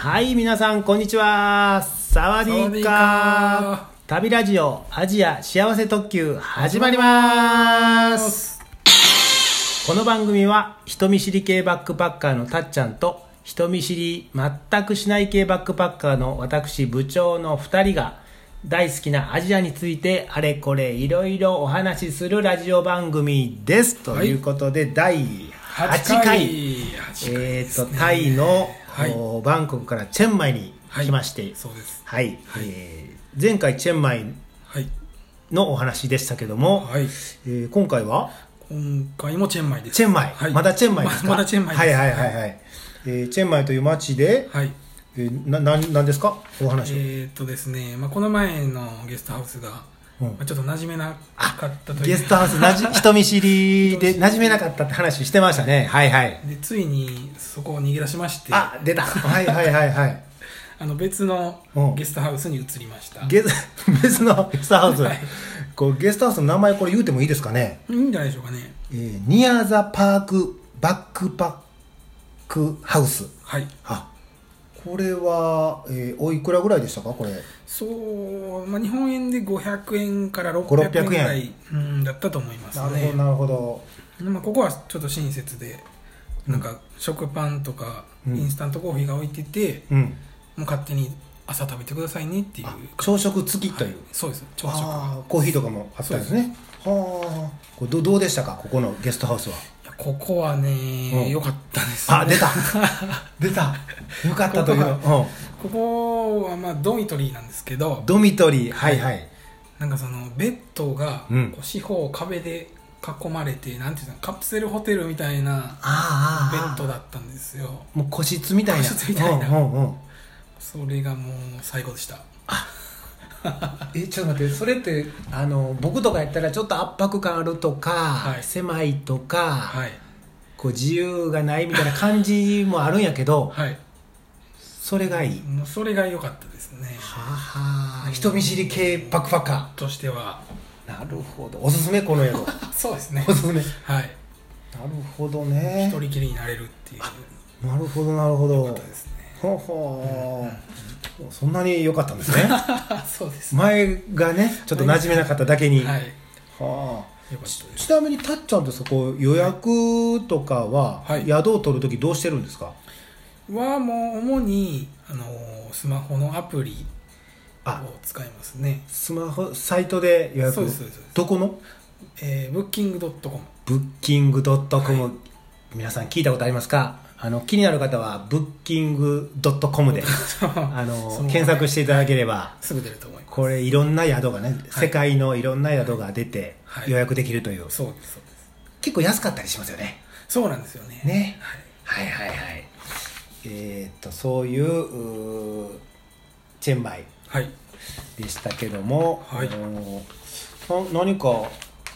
はい、皆さんこんにちは。サワディーカー。旅ラジオアジア幸せ特急始まります。この番組は人見知り系バックパッカーのたっちゃんと人見知り全くしない系バックパッカーの私部長の2人が大好きなアジアについてあれこれいろいろお話しするラジオ番組です、ということで第8回、タイの、バンコクからチェンマイに来まして、 そうです。 前回チェンマイのお話でしたけども、今回もチェンマイです。 チェンマイ、まだチェンマイですか？ まだチェンマイです。 チェンマイという町で、何ですかお話は。 ですね、この前のゲストハウスが、ちょっと馴染めなかったという。 ゲストハウス人見知りで馴染めなかったって話してましたね。 でついにそこを逃げ出しまして、 出た。 別のゲストハウスに移りました。 別のゲストハウス、こうゲストハウスの名前これ言うてもいいですかね？ いいんじゃないでしょうかね。 ニアザパークバックパックハウス。これは、おいくらぐらいでしたかこれ？ そう、日本円で500円から600円ぐらいだったと思いますね。 なるほど。 ここはちょっと親切で、なんか食パンとかインスタントコーヒーが置いてて、もう勝手に朝食べてくださいねっていう。 朝食付きという。 そうです。朝食。 コーヒーとかもあったんですね。これどうでしたかここのゲストハウスは？ ここはね、良かったですね。出た良かったというの。 ここはドミトリーなんですけど、 ドミトリー、 なんかそのベッドが四方壁で囲まれて、なんていうの、カプセルホテルみたいなベッドだったんですよ。 もう個室みたいな。 それがもう最高でした。 ちょっと待って、それって僕とかやったらちょっと圧迫感あるとか、狭いとか、こう自由がないみたいな感じもあるんやけど、それがいい。 それが良かったですね。 人見知り系バックパッカーとしては。 なるほど。おすすめこの宿。 そうですね。 おすすめ。 なるほどね。 一人きりになれるっていう。 なるほど。良かったですね。そんなに良かったんですね。 そうです。 前がねちょっと馴染めなかっただけに。ちなみにたっちゃんってそこ予約とかは宿を取るときどうしてるんですか？ もう主にスマホのアプリを使いますね。 スマホサイトで予約。そうです。どこの？ booking.com。 booking.com、皆さん聞いたことありますか？気になる方は booking.com で検索していただければすぐ出ると思います。 これいろんな宿がね、世界のいろんな宿が出て予約できるという。 そうです。 結構安かったりしますよね。 そうなんですよね。 そういうチェンマイでしたけども、何か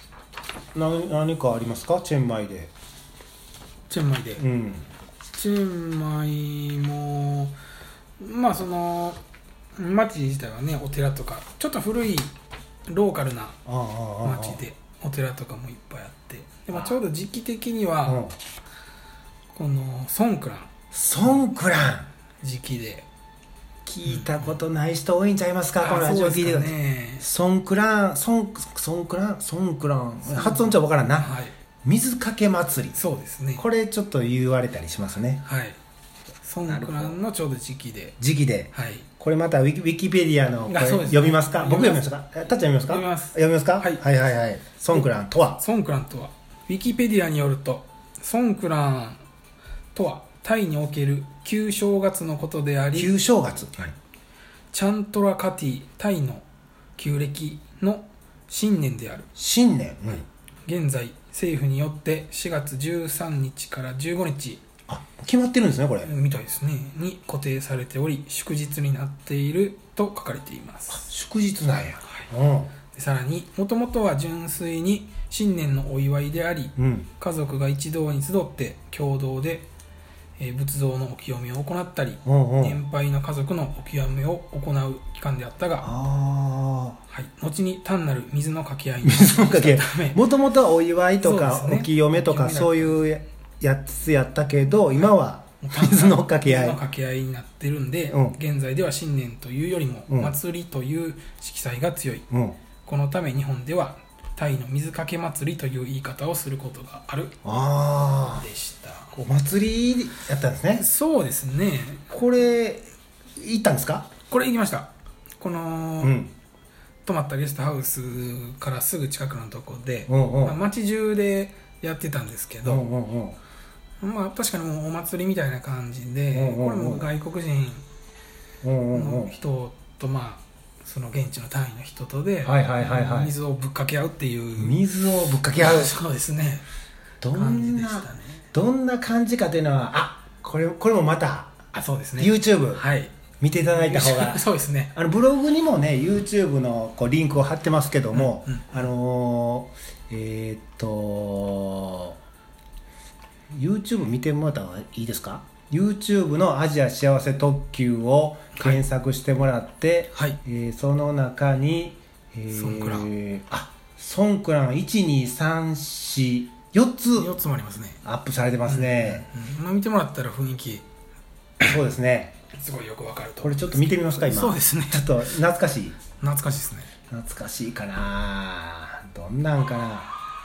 ありますかチェンマイで？ チェンマイもその町自体はね、お寺とかちょっと古いローカルな町でお寺とかもいっぱいあって、でちょうど時期的にはこのソンクラン時期で聞いたことない人多いんちゃいますか？このラジオ聞いてるね。ソンクラン発音じゃ分からんな。水かけ祭り。そうですね。これちょっと言われたりしますね。 ソンクランのちょうど時期で。 これまたウィキペディアのこれ読みますか？僕読みますか？たっちゃん読みますか？読みますか？ソンクランとはウィキペディアによると、ソンクランとはタイにおける旧正月のことであり、 旧正月、 チャントラカティ、タイの旧暦の新年である。 新年、 現在政府によって4月13日から15日決まってるんですね、これ。 みたいですね。に固定されており、祝日になっていると書かれています。 祝日なんや。 さらに、もともとは純粋に新年のお祝いであり、家族が一堂に集って共同で、仏像のお清めを行ったり、年配の家族のお清めを行う期間であったが、後に単なる水のかけ合いにしたため、 もともとはお祝いとかお清めとかそういうやつやったけど、今は水の掛け合い水の掛け合いになってるんで、現在では新年というよりも祭りという色彩が強い、このため日本ではタイの水かけ祭りという言い方をすることがあるでした。 お祭りやったんですね。 そうですね。 これ行ったんですか？ これ行きました。この、泊まったゲストハウスからすぐ近くのとこで、街中でやってたんですけど、まあ確かにもうお祭りみたいな感じで、これも外国人の人とまあその現地のタイの人とで水をぶっかけ合うっていう。 水をぶっかけ合う。 そうですね。 感じでしたね。どんな感じかというのは、これもまたそうですね。 YouTube、見ていただいた方がそうですね。 ブログにもね YouTube のリンクを貼ってますけども、YouTube 見てもらった方がいいですか？ YouTube のアジア幸せ特急を検索してもらって、その中に、ソンクラン12344つもありますね。 アップされてますね。 見てもらったら雰囲気そうですね、 すごいよくわかると。 これちょっと見てみますか？今そうですね。 ちょっと懐かしいですね。 懐かしいかな。どんなんかな。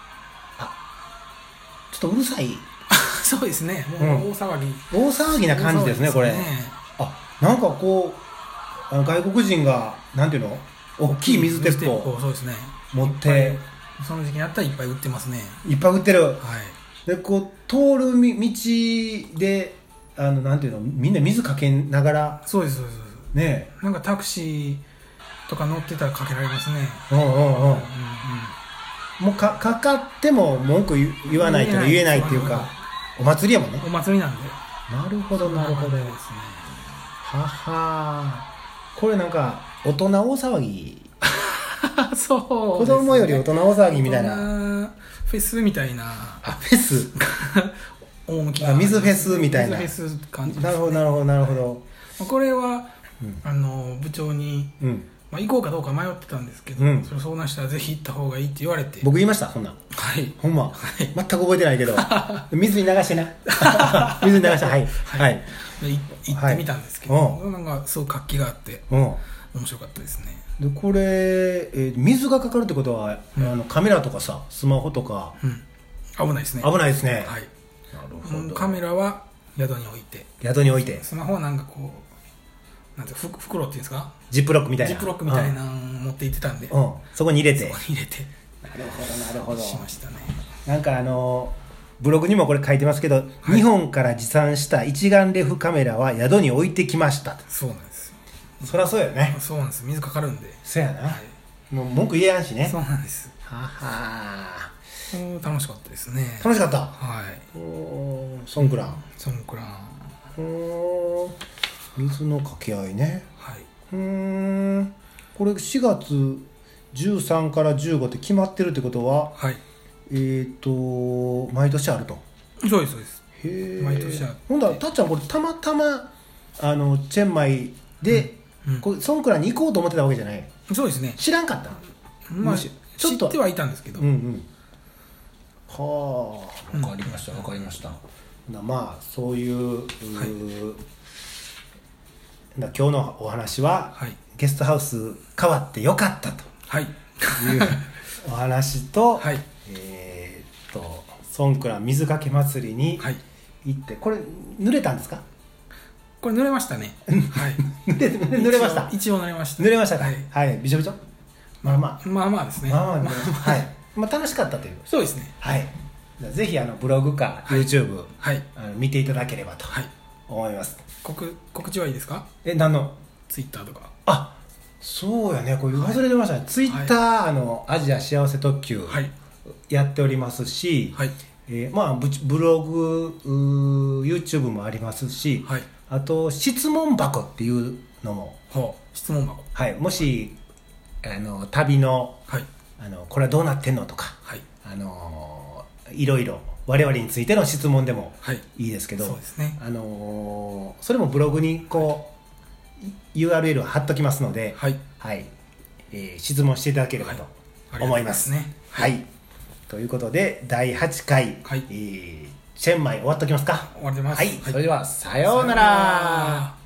ちょっとうるさいそうですね。もう大騒ぎな感じですね、これ。なんか外国人がなんていうの、大きい水鉄砲そうですね持って、 その時期にあったらいっぱい売ってますね。 いっぱい売ってる。で通る道でなんていうの、みんな水かけながら。 そうですね。 なんかタクシーとか乗ってたらかけられますね。 もうかかっても文句言わないとか言えないっていうか、お祭りやもんね。 お祭りなんで。 なるほどですね。これなんか大人大騒ぎそうですね。 子供より大人大騒ぎみたいな。 フェスみたいな。 フェス趣が水フェスみたいな。 水フェス感じですね。 なるほど。 これは部長に行こうかどうか迷ってたんですけど、それ相談したらぜひ行った方がいいって言われて。 僕言いました。ほんま全く覚えてないけど水に流してな水に流して行ってみたんですけど、なんかすごく活気があって面白かったですね。 でこれ、水がかかるってことは、カメラとかさ、スマホとか、 危ないですね。 危ないですね。 なるほど。カメラは宿に置いて、スマホはなんかなんて袋っていうんですか、 ジップロックみたいなの持って行ってたんで、 そこに入れて。 なるほどしましたね。 なんかブログにもこれ書いてますけど、日本から持参した一眼レフカメラは宿に置いてきました。 そうなんですよ。 そりゃそうやね。 そうなんです。水かかるんで。 そうやな。もう文句言えやんしね。 そうなんです。楽しかったですね。 楽しかった。ソンクラン。水の掛け合いね。これ4月13から15って決まってるってことは、毎年あると。 そうです毎年ある。 ほんだらたっちゃんこれたまたまチェンマイで、ソンクランに行こうと思ってたわけじゃない？ そうですね。 知らんかった。 知ってはいたんですけど。 わかりました。まあそういう、今日のお話は、ゲストハウス変わってよかったというお話と、ソンクラン水かけ祭りに行って、これ濡れたんですか？ これ濡れましたね。 濡れました。 一応濡れました。 濡れましたか？びしょびしょ。まあですね。 楽しかったという。 そうですね。 ぜひブログか YouTube 見ていただければと思います。 告知はいいですか？ 何の？ Twitter とか。 そうやね、これ忘れてましたね。Twitter アジア幸せ特急やっておりますし、ブログ YouTube もありますし、あと質問箱っていうのも。 質問箱。 もし旅のこれはどうなってんのとか、いろいろ我々についての質問でもいいですけど、 そうですね。 それもブログにURL を貼っときますので、質問していただければと思います。ということで第8回、 チェンマイ終わっときますか。 終わってます。 はい、それではさようなら。